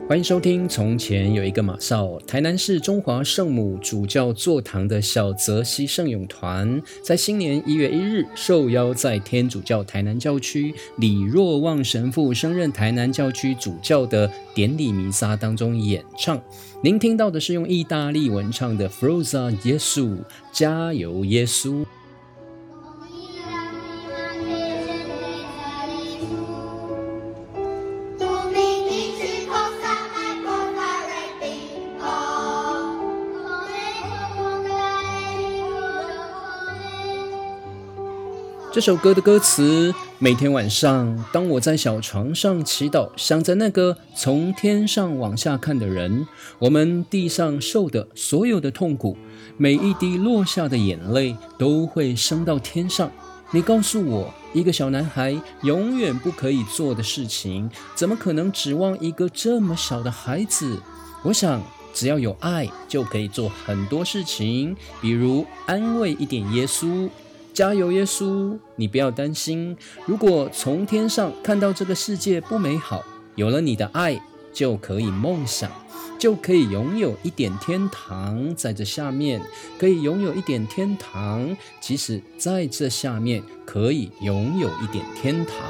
欢迎收听从前有一个马少。台南市中华圣母主教座堂的小泽西圣咏团在新年1月1日受邀在天主教台南教区李若望神父升任台南教区主教的典礼弥撒当中演唱。您听到的是用意大利文唱的 Forza Gesù 加油耶稣。这首歌的歌词：每天晚上，当我在小床上祈祷，想着那个从天上往下看的人，我们地上受的所有的痛苦，每一滴落下的眼泪都会升到天上。你告诉我，一个小男孩永远不可以做的事情，怎么可能指望一个这么小的孩子？我想，只要有爱，就可以做很多事情，比如安慰一点耶稣。加油耶稣，你不要担心，如果从天上看到这个世界不美好，有了你的爱，就可以梦想，就可以拥有一点天堂。在这下面可以拥有一点天堂，即使在这下面可以拥有一点天堂。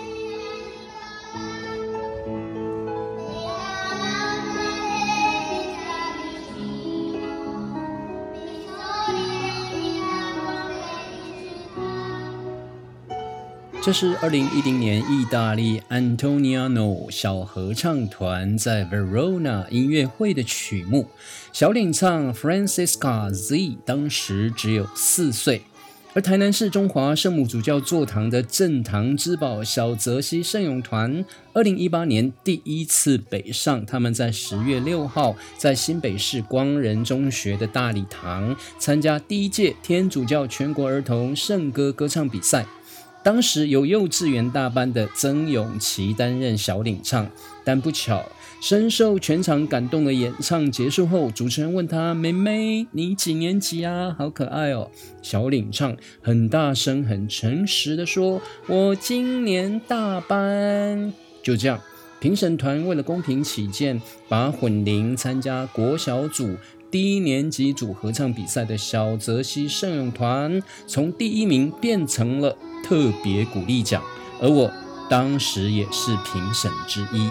这是2010年意大利 Antoniano 小合唱团在 Verona 音乐会的曲目。小领唱 Francesca Z 当时只有4岁。而台南市中华圣母主教座堂的镇堂之宝小泽西圣咏团2018年第一次北上，他们在10月6号在新北市光仁中学的大礼堂参加第1届天主教全国儿童圣歌歌唱比赛。当时由幼稚园大班的曾永琪担任小领唱，但不巧，深受全场感动的演唱结束后，主持人问他：“妹妹，你几年级啊？好可爱哦！”小领唱很大声、很诚实的说：“我今年大班。”就这样，评审团为了公平起见，把混龄参加国小组低年级组合唱比赛的小泽西圣咏团从第1名变成了特别鼓励奖，而我当时也是评审之一。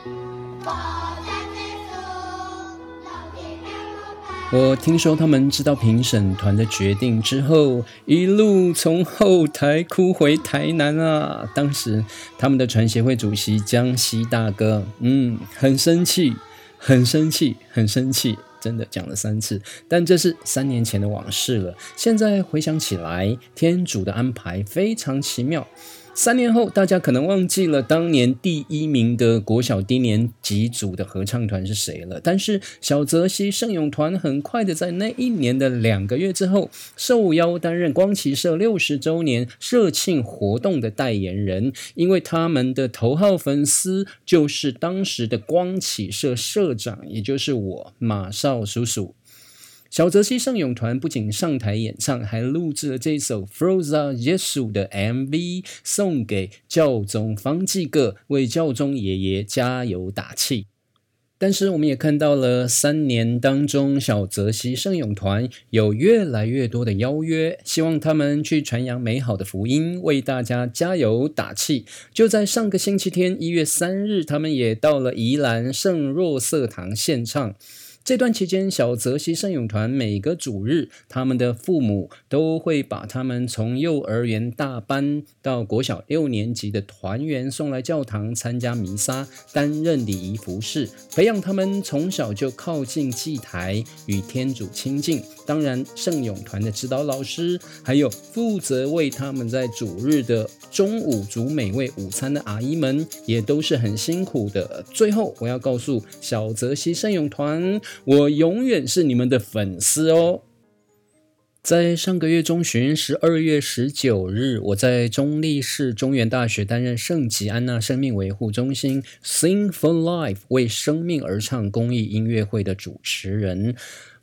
我听说他们知道评审团的决定之后，一路从后台哭回台南啊！当时他们的传协会主席江西大哥，很生气，很生气，很生气。真的讲了3次，但这是3年前的往事了。现在回想起来，天主的安排非常奇妙。3年后，大家可能忘记了当年第1名的国小低年级组的合唱团是谁了。但是小泽西圣咏团很快的在那1年的2个月之后，受邀担任光启社60周年社庆活动的代言人，因为他们的头号粉丝就是当时的光启社社长，也就是我马少叔叔。小泽西圣咏团不仅上台演唱，还录制了这首 Forza Gesù 的 MV 送给教宗方济各，为教宗爷爷加油打气。但是我们也看到了3年当中，小泽西圣咏团有越来越多的邀约，希望他们去传扬美好的福音，为大家加油打气。就在上个星期天1月3日，他们也到了宜兰圣若瑟堂献唱。这段期间，小泽西圣咏团每个主日，他们的父母都会把他们从幼儿园大班到国小6年级的团员送来教堂参加弥撒，担任礼仪服侍，培养他们从小就靠近祭台，与天主亲近。当然，圣咏团的指导老师，还有负责为他们在主日的中午煮美味午餐的阿姨们，也都是很辛苦的。最后，我要告诉小泽西圣咏团，我永远是你们的粉丝哦。在上个月中旬12月19日，我在中坜市中原大学担任圣吉安娜生命维护中心 Sing for Life 为生命而唱公益音乐会的主持人。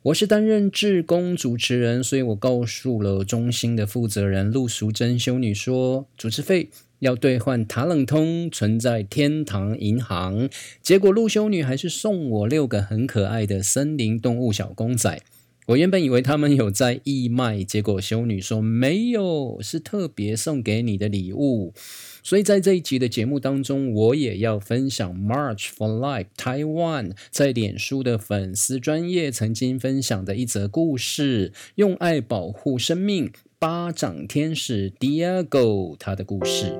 我是担任志工主持人，所以我告诉了中心的负责人陆淑珍修女说，主持费要兑换塔冷通，存在天堂银行。结果陆修女还是送我6个很可爱的森林动物小公仔。我原本以为他们有在义卖，结果修女说没有，是特别送给你的礼物。所以在这一集的节目当中，我也要分享 March for Life Taiwan 在脸书的粉丝专页曾经分享的一则故事，用爱保护生命，巴掌天使 Diego 他的故事。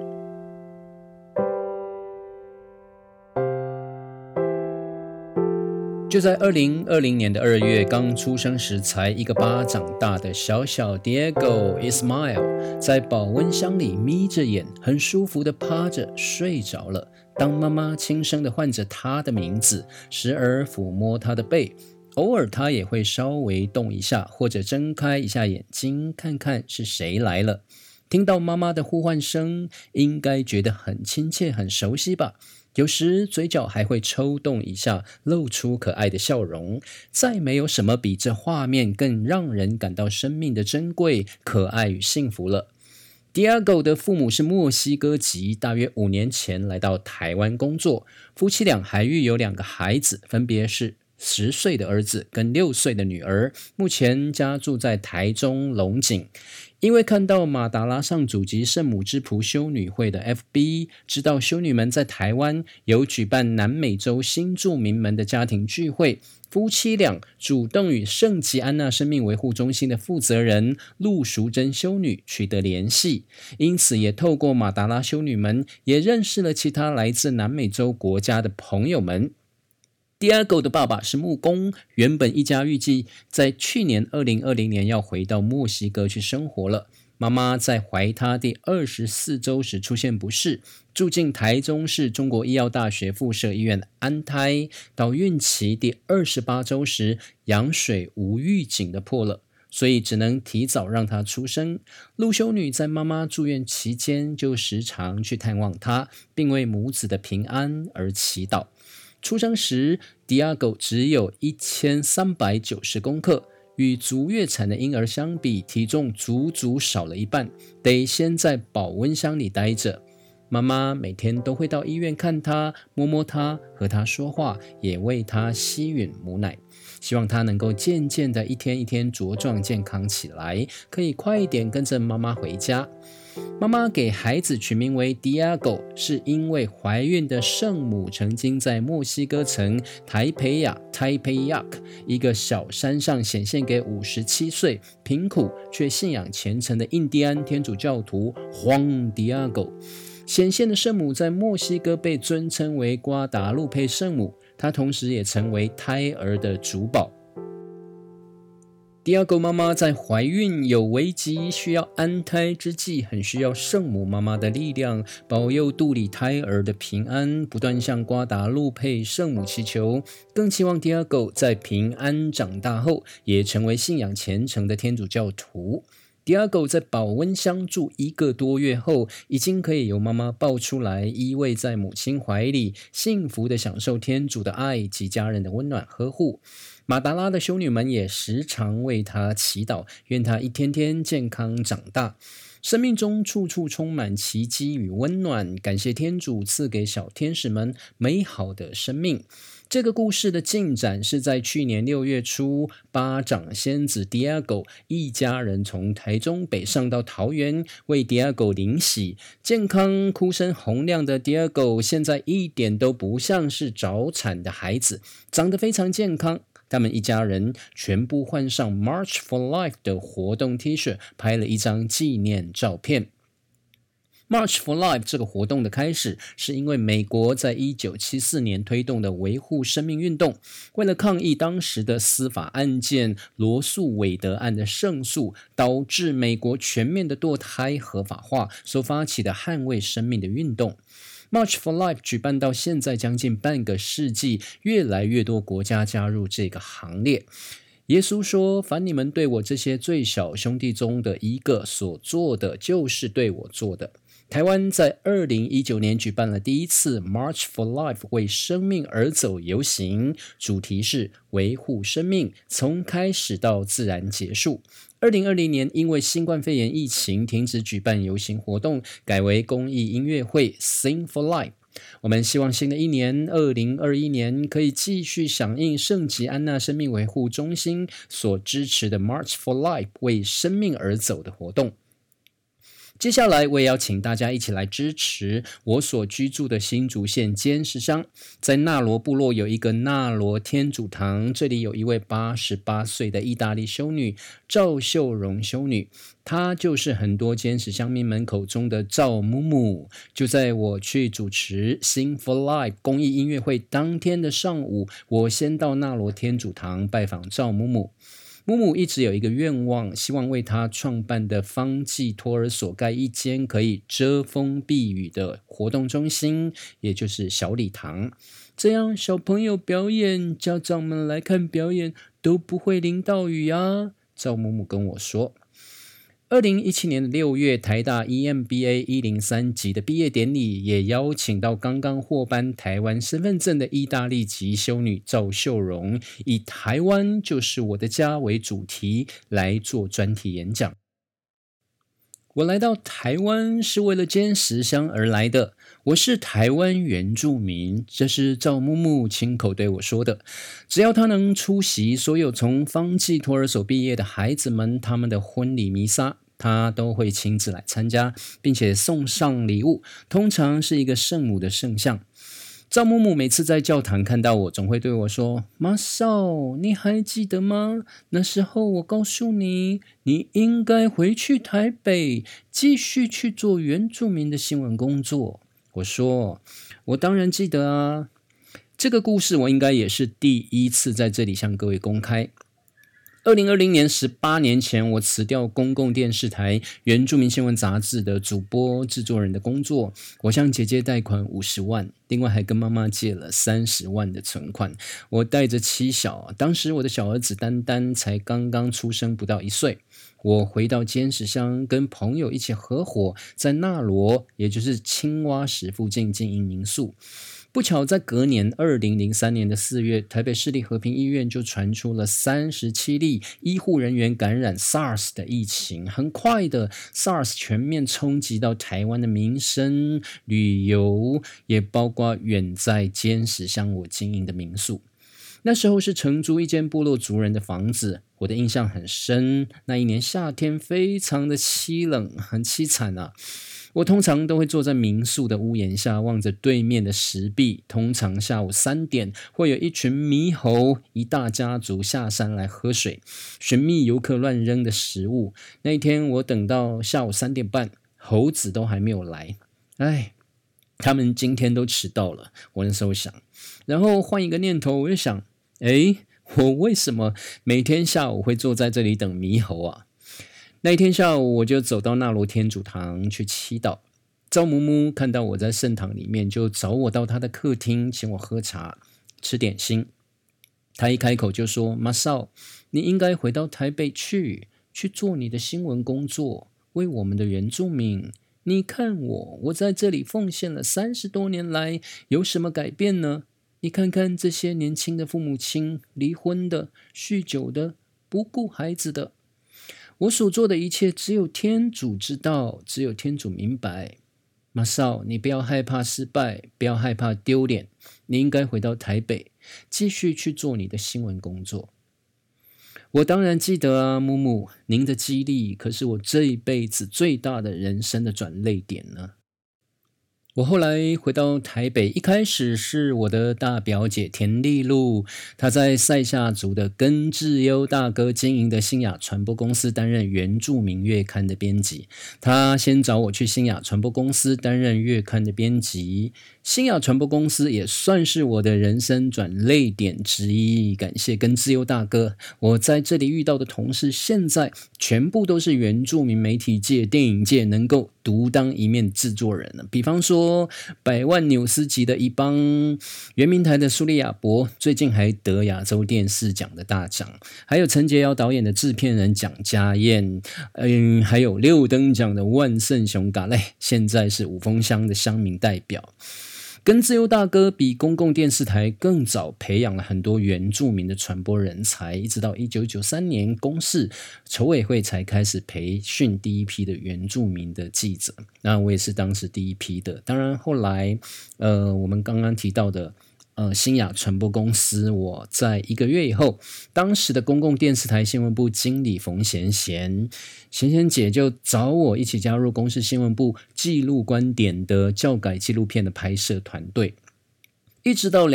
就在2020年的2月，刚出生时才1个巴掌大的小小 Diego Ismael 在保温箱里眯着眼，很舒服的趴着睡着了。当妈妈轻声的唤着他的名字，时而抚摸他的背，偶尔他也会稍微动一下，或者睁开一下眼睛，看看是谁来了。听到妈妈的呼唤声，应该觉得很亲切很熟悉吧。有时嘴角还会抽动一下，露出可爱的笑容。再没有什么比这画面更让人感到生命的珍贵、可爱与幸福了。Diego 的父母是墨西哥籍，大约5年前来到台湾工作，夫妻俩还育有2个孩子，分别是10岁的儿子跟6岁的女儿，目前家住在台中龙井。因为看到马达拉上主及圣母之仆修女会的 FB， 知道修女们在台湾有举办南美洲新住民们的家庭聚会，夫妻俩主动与圣吉安娜生命维护中心的负责人陆淑珍修女取得联系，因此也透过马达拉修女们也认识了其他来自南美洲国家的朋友们。Diego 的爸爸是木工，原本一家预计在去年2020年要回到墨西哥去生活了。妈妈在怀他第24周时出现不适，住进台中市中国医药大学附设医院安胎，到孕期第28周时，羊水无预警的破了，所以只能提早让她出生。陆修女在妈妈住院期间就时常去探望她，并为母子的平安而祈祷。出生时 Diego 只有1390公克，与足月产的婴儿相比，体重足足少了一半，得先在保温箱里待着。妈妈每天都会到医院看他，摸摸他，和他说话，也为他吸吮母奶，希望他能够渐渐的一天一天茁壮健康起来，可以快一点跟着妈妈回家。妈妈给孩子取名为 Diego， 是因为怀孕的圣母曾经在墨西哥城台北亚 Taipei 一个小山上显现给57岁贫苦却信仰虔诚的印第安天主教徒黄 Diego。 显现的圣母在墨西哥被尊称为瓜达路佩圣母，她同时也成为胎儿的主保。Diego 妈妈在怀孕有危急需要安胎之际，很需要圣母妈妈的力量，保佑肚里胎儿的平安，不断向瓜达路佩圣母祈求，更期望 Diego 在平安长大后也成为信仰虔诚的天主教徒。Diego 在保温箱住1个多月后，已经可以由妈妈抱出来，依偎在母亲怀里，幸福地享受天主的爱及家人的温暖呵护。马达拉的修女们也时常为他祈祷，愿他一天天健康长大。生命中处处充满奇迹与温暖，感谢天主赐给小天使们美好的生命。这个故事的进展是在去年6月初，巴掌仙子 Diego 一家人从台中北上到桃园，为 Diego 临洗。健康哭声洪亮的 Diego 现在一点都不像是早产的孩子，长得非常健康。他们一家人全部换上 March for Life 的活动 T 恤，拍了一张纪念照片。March for Life 这个活动的开始，是因为美国在1974年推动的维护生命运动，为了抗议当时的司法案件罗素韦德案的胜诉，导致美国全面的堕胎合法化所发起的捍卫生命的运动。March for Life 举办到现在将近半个世纪，越来越多国家加入这个行列。耶稣说，凡你们对我这些最小兄弟中的一个所做的，就是对我做的。 台湾在2019年举办了第一次 March for Life 为生命而走游行，主题是维护生命，从开始到自然结束。2020年因为新冠肺炎疫情停止举办游行活动，改为公益音乐会 Sing for Life。我们希望新的一年2021年可以继续响应圣吉安娜生命维护中心所支持的 March for Life 为生命而走的活动。接下来我也要请大家一起来支持我所居住的新竹县尖石乡，在纳罗部落有一个纳罗天主堂，这里有一位88岁的意大利修女赵秀荣修女，她就是很多尖石乡民们口中的赵母母。就在我去主持 Sing for Life 公益音乐会当天的上午，我先到纳罗天主堂拜访赵母母。母母一直有一个愿望，希望为她创办的方济托儿所盖一间可以遮风避雨的活动中心，也就是小礼堂。这样小朋友表演，家长们来看表演都不会淋到雨啊。赵母母跟我说。2017年6月，台大 EMBA 103级的毕业典礼也邀请到刚刚获颁台湾身份证的意大利籍修女赵秀荣，以台湾就是我的家为主题来做专题演讲。我来到台湾是为了尖石乡而来的，我是台湾原住民，这是赵母母亲口对我说的。只要她能出席所有从方济托儿所毕业的孩子们他们的婚礼弥撒，她都会亲自来参加，并且送上礼物，通常是一个圣母的圣像。赵母母每次在教堂看到我，总会对我说：马少，你还记得吗？那时候我告诉你，你应该回去台北，继续去做原住民的新闻工作。我说，我当然记得啊。这个故事我应该也是第一次在这里向各位公开。2020年18年前，我辞掉公共电视台原住民新闻杂志的主播制作人的工作，我向姐姐贷款50万，另外还跟妈妈借了30万的存款。我带着妻小，当时我的小儿子丹丹才刚刚出生不到1岁。我回到尖石乡，跟朋友一起合伙在纳罗，也就是青蛙石附近经营民宿。不巧在隔年2003年的4月，台北市立和平医院就传出了37例医护人员感染 SARS 的疫情。很快的 SARS 全面冲击到台湾的民生、旅游，也包括远在尖石乡我经营的民宿。那时候是承租一间部落族人的房子，我的印象很深。那一年夏天非常的凄冷，很凄惨啊。我通常都会坐在民宿的屋檐下，望着对面的石壁。通常下午3点，会有一群猕猴，一大家族下山来喝水，寻觅游客乱扔的食物。那一天我等到下午3点半，猴子都还没有来。他们今天都迟到了，我那时候想。然后换一个念头，我就想，我为什么每天下午会坐在这里等猕猴啊？那一天下午，我就走到纳罗天主堂去祈祷。赵母母看到我在圣堂里面，就找我到她的客厅，请我喝茶、吃点心。她一开口就说：马少，你应该回到台北去做你的新闻工作，为我们的原住民。你看我在这里奉献了30多年来，有什么改变呢？你看看这些年轻的父母亲，离婚的、酗酒的、不顾孩子的。我所做的一切只有天主知道，只有天主明白。马少，你不要害怕失败，不要害怕丢脸，你应该回到台北，继续去做你的新闻工作。我当然记得啊，母母，您的激励可是我这一辈子最大的人生的转捩点呢。我后来回到台北，一开始是我的大表姐田丽露，她在塞夏族的根智优大哥经营的新雅传播公司担任原住民月刊的编辑。她先找我去新雅传播公司担任月刊的编辑，新雅传播公司也算是我的人生转捩点之一。感谢根智优大哥，我在这里遇到的同事现在全部都是原住民媒体界、电影界能够独当一面制作人了。比方说说百万纽斯级的一帮，原民台的苏利亚博最近还得亚洲电视奖的大奖，还有陈洁瑶导演的制片人蒋家燕，还有六灯奖的万圣熊嘎类，现在是五峰乡的乡民代表。跟自由大哥比，公共电视台更早培养了很多原住民的传播人才，一直到1993年公视筹委会才开始培训第一批的原住民的记者，那我也是当时第一批的。当然后来我们刚刚提到的新雅传播公司，我在1个月以后，当时的公共电视台新闻部经理冯贤贤姐就找我一起加入公视新闻部记录观点的教改纪录片的拍摄团队。一直到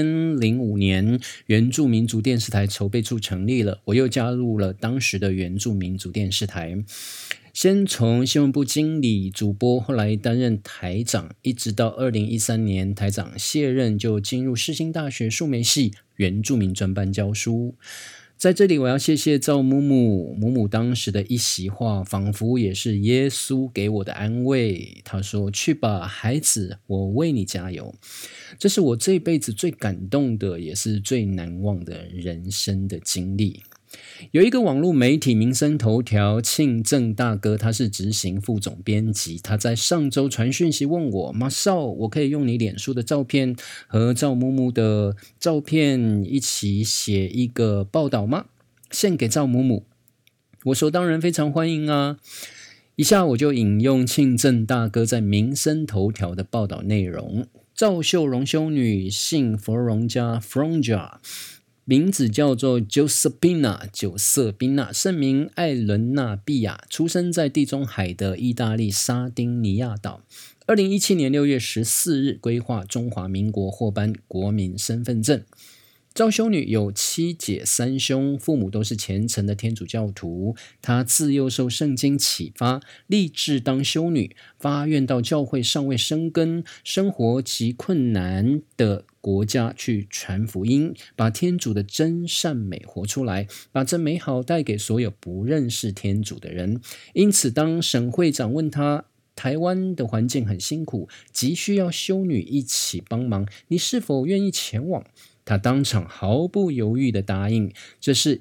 2005年，原住民族电视台筹备处成立了，我又加入了当时的原住民族电视台。先从新闻部经理、主播，后来担任台长，一直到2013年台长卸任，就进入世新大学树莓系原住民专班教书。在这里我要谢谢赵母母当时的一席话，仿佛也是耶稣给我的安慰。他说：去吧孩子，我为你加油。这是我这辈子最感动的，也是最难忘的人生的经历。有一个网络媒体民生头条，庆正大哥，他是执行副总编辑，他在上周传讯息问我，马少，我可以用你脸书的照片和赵母母的照片一起写一个报道吗？献给赵母母。我说当然非常欢迎啊。以下我就引用庆正大哥在民生头条的报道内容。赵秀荣修女，姓佛荣家 Fronja，名字叫做 Josephina 九色宾娜，圣名艾伦娜碧亚，出生在地中海的意大利沙丁尼亚岛。2017年6月14日规划中华民国获颁国民身份证。赵修女有7姐3兄，父母都是虔诚的天主教徒。她自幼受圣经启发，立志当修女，发愿到教会尚未生根、生活极困难的国家去传福音，把天主的真善美活出来，把这美好带给所有不认识天主的人。因此当省会长问他，台湾的环境很辛苦，急需要修女一起帮忙，你是否愿意前往？他当场毫不犹豫地答应。这是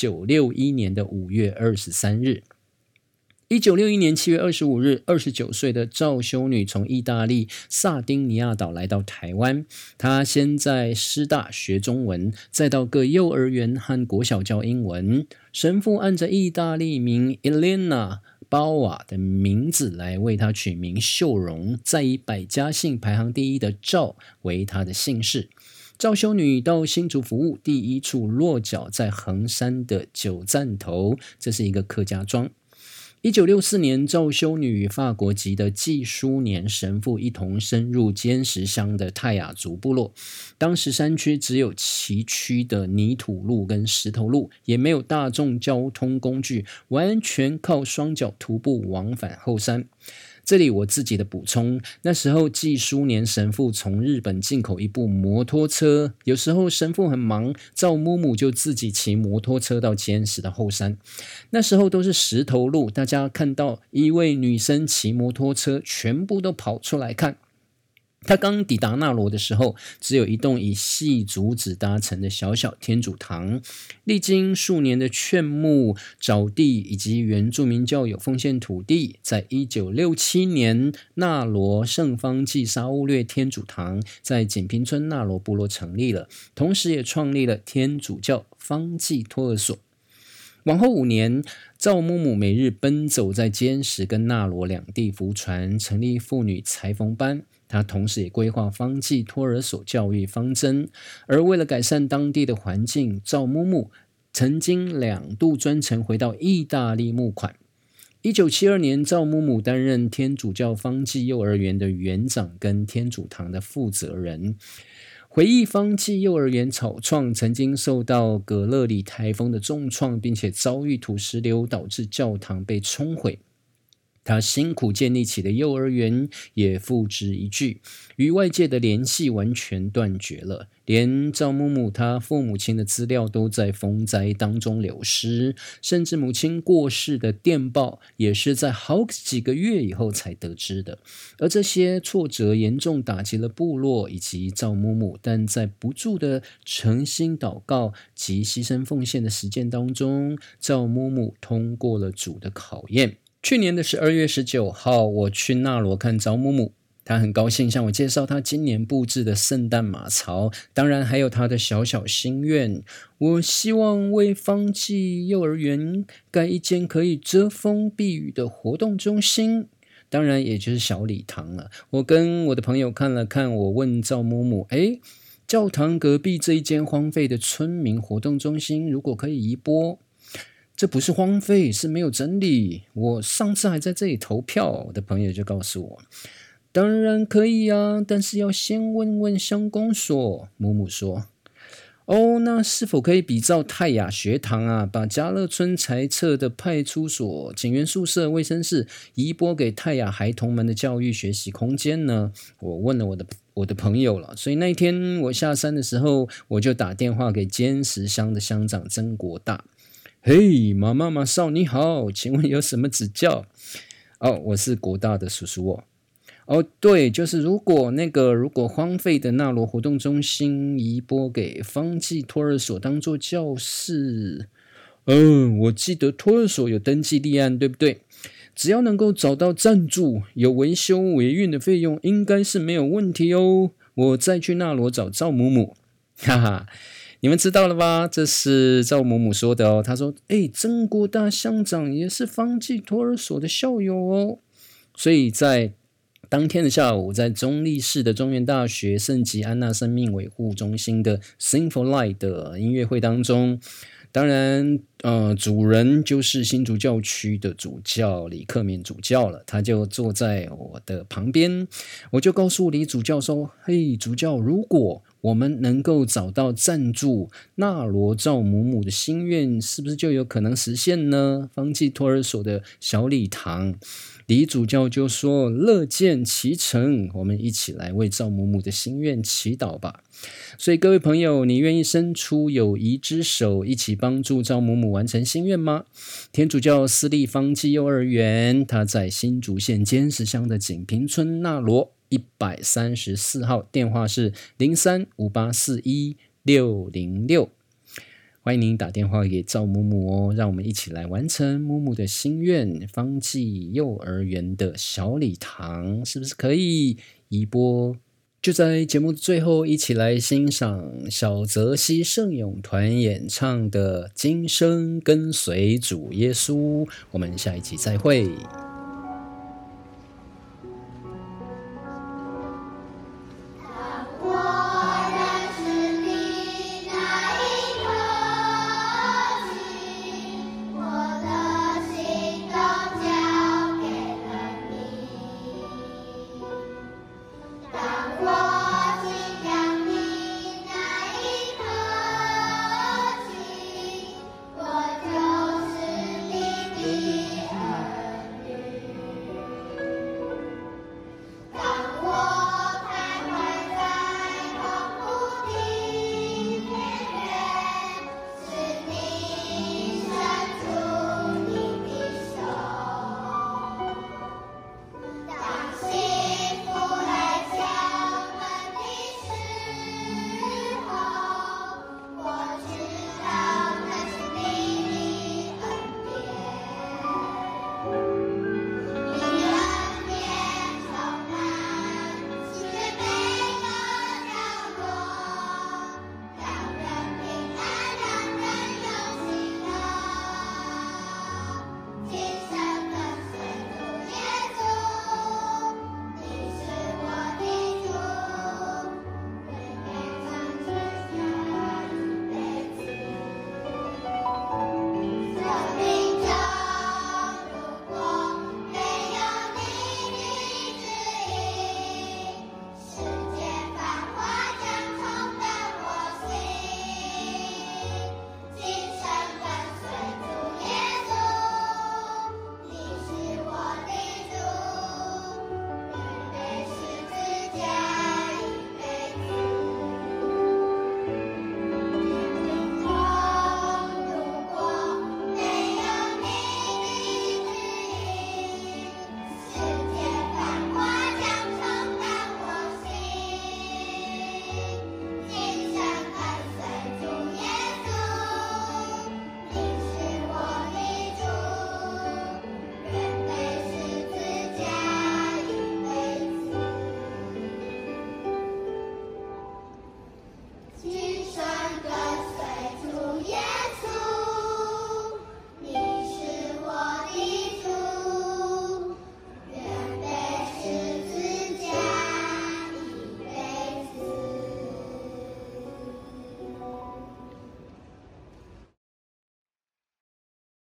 1961年的5月23日。1961年7月25日，29岁的赵修女从意大利萨丁尼亚岛来到台湾。她先在师大学中文，再到各幼儿园和国小教英文。神父按着意大利名 Elena 包瓦的名字来为她取名秀荣，再以百家姓排行第1的赵为她的姓氏。赵修女到新竹服务，第一处落脚在横山的九站头，这是一个客家庄。1964年，赵修女与法国籍的季书年神父一同深入尖石乡的泰雅族部落。当时山区只有崎岖的泥土路跟石头路，也没有大众交通工具，完全靠双脚徒步往返后山。这里我自己的补充，那时候季书年神父从日本进口一部摩托车，有时候神父很忙，赵母母就自己骑摩托车到尖石的后山。那时候都是石头路，大家看到一位女生骑摩托车，全部都跑出来看。他刚抵达纳罗的时候，只有一栋以细竹子搭成的小小天主堂。历经数年的劝募、找地以及原住民教友奉献土地，在1967年，纳罗圣方济沙乌略天主堂在锦屏村纳罗部落成立了，同时也创立了天主教方济托儿所。往后5年，赵母母每日奔走在尖石跟纳罗两地浮船，成立妇女裁缝班。他同时也规划方济托儿所教育方针，而为了改善当地的环境，赵母母曾经2度专程回到意大利募款。1972年，赵母母担任天主教方济幼儿园的园长跟天主堂的负责人。回忆方济幼儿园草创曾经受到葛勒里台风的重创，并且遭遇土石流，导致教堂被冲毁。 他辛苦建立起的幼儿园也付之一炬，与外界的联系完全断绝了，连赵木木他父母亲的资料都在风灾当中流失，甚至母亲过世的电报也是在好几个月以后才得知的。而这些挫折严重打击了部落以及赵木木，但在不住的诚心祷告及牺牲奉献的实践当中，赵木木通过了主的考验。去年的12月19号，我去纳罗看赵木木，他很高兴向我介绍他今年布置的圣诞马槽，当然还有他的小小心愿。我希望为方济幼儿园盖一间可以遮风避雨的活动中心，当然也就是小礼堂了。我跟我的朋友看了看，我问赵木木，教堂隔壁这一间荒废的村民活动中心如果可以移拨，这不是荒废，是没有整理。我上次还在这里投票，我的朋友就告诉我，当然可以啊，但是要先问问乡公所。木木说，那是否可以比照泰雅学堂啊，把嘉乐村裁撤的派出所、警员宿舍、卫生室移拨给泰雅孩童们的教育学习空间呢？我问了我的朋友了，所以那一天我下山的时候，我就打电话给尖石乡的乡长曾国大。嘿，马少你好，请问有什么指教？我是国大的叔叔哦。对，就是如果荒废的纳罗活动中心移拨给方济托儿所当做教室，我记得托儿所有登记立案，对不对？只要能够找到赞助，有维修维运的费用，应该是没有问题哦。我再去纳罗找赵母母，哈哈。你们知道了吧？这是赵母母说的哦。她说：“曾国大乡长也是方济托儿所的校友哦。”所以在当天的下午，在中坜市的中原大学圣吉安娜生命维护中心的 Sing for Life 的音乐会当中，当然，主人就是新竹教区的主教李克勉主教了。他就坐在我的旁边，我就告诉李主教说：“嘿，主教，如果我们能够找到赞助纳罗赵母母的心愿，是不是就有可能实现呢？方济托儿所的小礼堂。”李主教就说：“乐见其成，我们一起来为赵母母的心愿祈祷吧。”所以各位朋友，你愿意伸出友谊之手，一起帮助赵母母完成心愿吗？天主教私立方济幼儿园，它在新竹县尖石乡的锦屏村纳罗134号，电话是0358416606。欢迎您打电话给赵母母哦，让我们一起来完成母母的心愿。方济幼儿园的小礼堂是不是可以移拨？就在节目的最后，一起来欣赏小泽西圣咏团演唱的《今生跟随主耶稣》。我们下一集再会。